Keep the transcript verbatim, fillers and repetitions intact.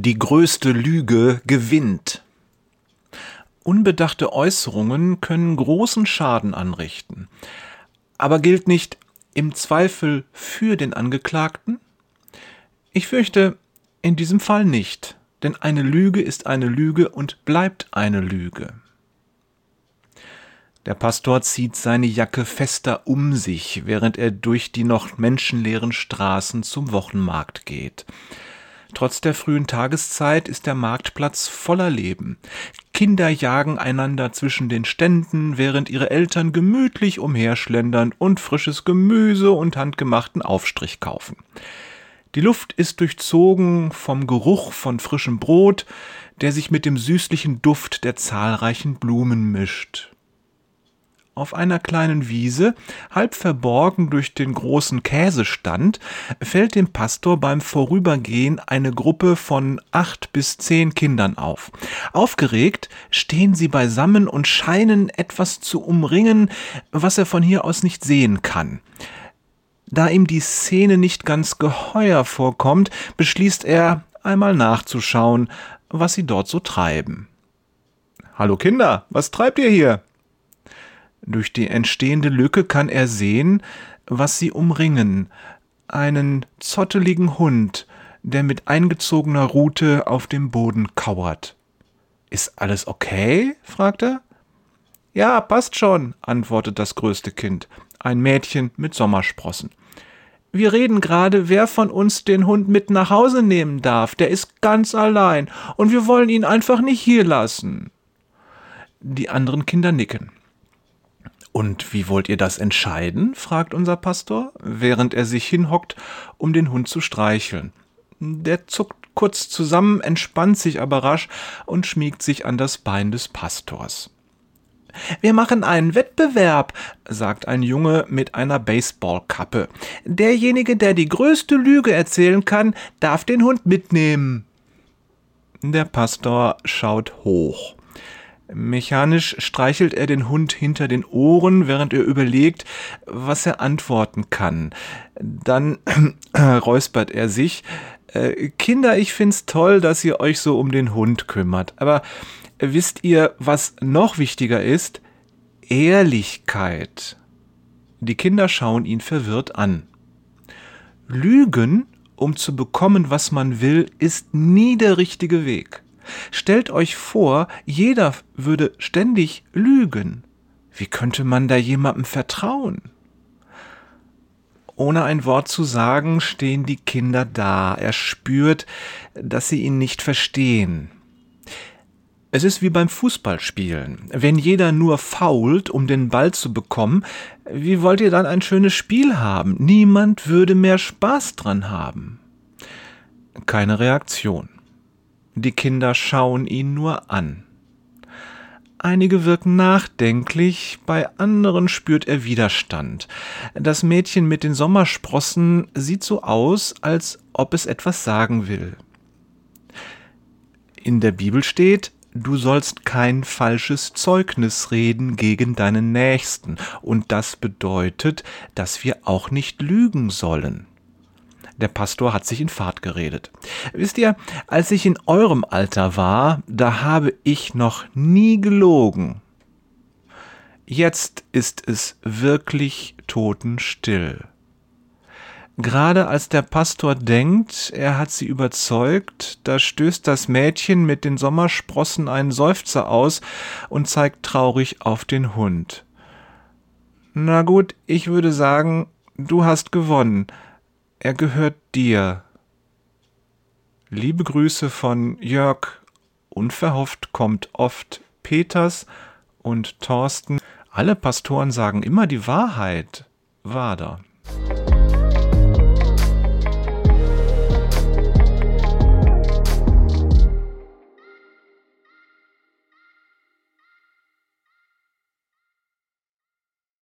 Die größte Lüge gewinnt. Unbedachte Äußerungen können großen Schaden anrichten. Aber gilt nicht im Zweifel für den Angeklagten? Ich fürchte, in diesem Fall nicht, denn eine Lüge ist eine Lüge und bleibt eine Lüge. Der Pastor zieht seine Jacke fester um sich, während er durch die noch menschenleeren Straßen zum Wochenmarkt geht. Trotz der frühen Tageszeit ist der Marktplatz voller Leben. Kinder jagen einander zwischen den Ständen, während ihre Eltern gemütlich umherschlendern und frisches Gemüse und handgemachten Aufstrich kaufen. Die Luft ist durchzogen vom Geruch von frischem Brot, der sich mit dem süßlichen Duft der zahlreichen Blumen mischt. Auf einer kleinen Wiese, halb verborgen durch den großen Käsestand, fällt dem Pastor beim Vorübergehen eine Gruppe von acht bis zehn Kindern auf. Aufgeregt stehen sie beisammen und scheinen etwas zu umringen, was er von hier aus nicht sehen kann. Da ihm die Szene nicht ganz geheuer vorkommt, beschließt er, einmal nachzuschauen, was sie dort so treiben. »Hallo Kinder, was treibt ihr hier?« Durch die entstehende Lücke kann er sehen, was sie umringen. Einen zotteligen Hund, der mit eingezogener Rute auf dem Boden kauert. »Ist alles okay?« fragt er. »Ja, passt schon«, antwortet das größte Kind, ein Mädchen mit Sommersprossen. »Wir reden gerade, wer von uns den Hund mit nach Hause nehmen darf. Der ist ganz allein und wir wollen ihn einfach nicht hier lassen.« Die anderen Kinder nicken. »Und wie wollt ihr das entscheiden?« fragt unser Pastor, während er sich hinhockt, um den Hund zu streicheln. Der zuckt kurz zusammen, entspannt sich aber rasch und schmiegt sich an das Bein des Pastors. »Wir machen einen Wettbewerb«, sagt ein Junge mit einer Baseballkappe. »Derjenige, der die größte Lüge erzählen kann, darf den Hund mitnehmen.« Der Pastor schaut hoch. Mechanisch streichelt er den Hund hinter den Ohren, während er überlegt, was er antworten kann. Dann äh, räuspert er sich. Äh, »Kinder, ich find's toll, dass ihr euch so um den Hund kümmert. Aber äh, wisst ihr, was noch wichtiger ist? Ehrlichkeit.« Die Kinder schauen ihn verwirrt an. Lügen, um zu bekommen, was man will, ist nie der richtige Weg. Stellt euch vor, jeder würde ständig lügen. Wie könnte man da jemandem vertrauen? Ohne ein Wort zu sagen, stehen die Kinder da. Er spürt, dass sie ihn nicht verstehen. Es ist wie beim Fußballspielen. Wenn jeder nur fault, um den Ball zu bekommen, wie wollt ihr dann ein schönes Spiel haben? Niemand würde mehr Spaß dran haben. Keine Reaktion. Die Kinder schauen ihn nur an. Einige wirken nachdenklich, bei anderen spürt er Widerstand. Das Mädchen mit den Sommersprossen sieht so aus, als ob es etwas sagen will. In der Bibel steht, du sollst kein falsches Zeugnis reden gegen deinen Nächsten. Und das bedeutet, dass wir auch nicht lügen sollen. Der Pastor hat sich in Fahrt geredet. Wisst ihr, als ich in eurem Alter war, da habe ich noch nie gelogen. Jetzt ist es wirklich totenstill. Gerade als der Pastor denkt, er hat sie überzeugt, da stößt das Mädchen mit den Sommersprossen einen Seufzer aus und zeigt traurig auf den Hund. Na gut, ich würde sagen, du hast gewonnen. Er gehört dir. Liebe Grüße von Jörg. Unverhofft kommt oft Peters und Thorsten. Alle Pastoren sagen immer die Wahrheit. Wader.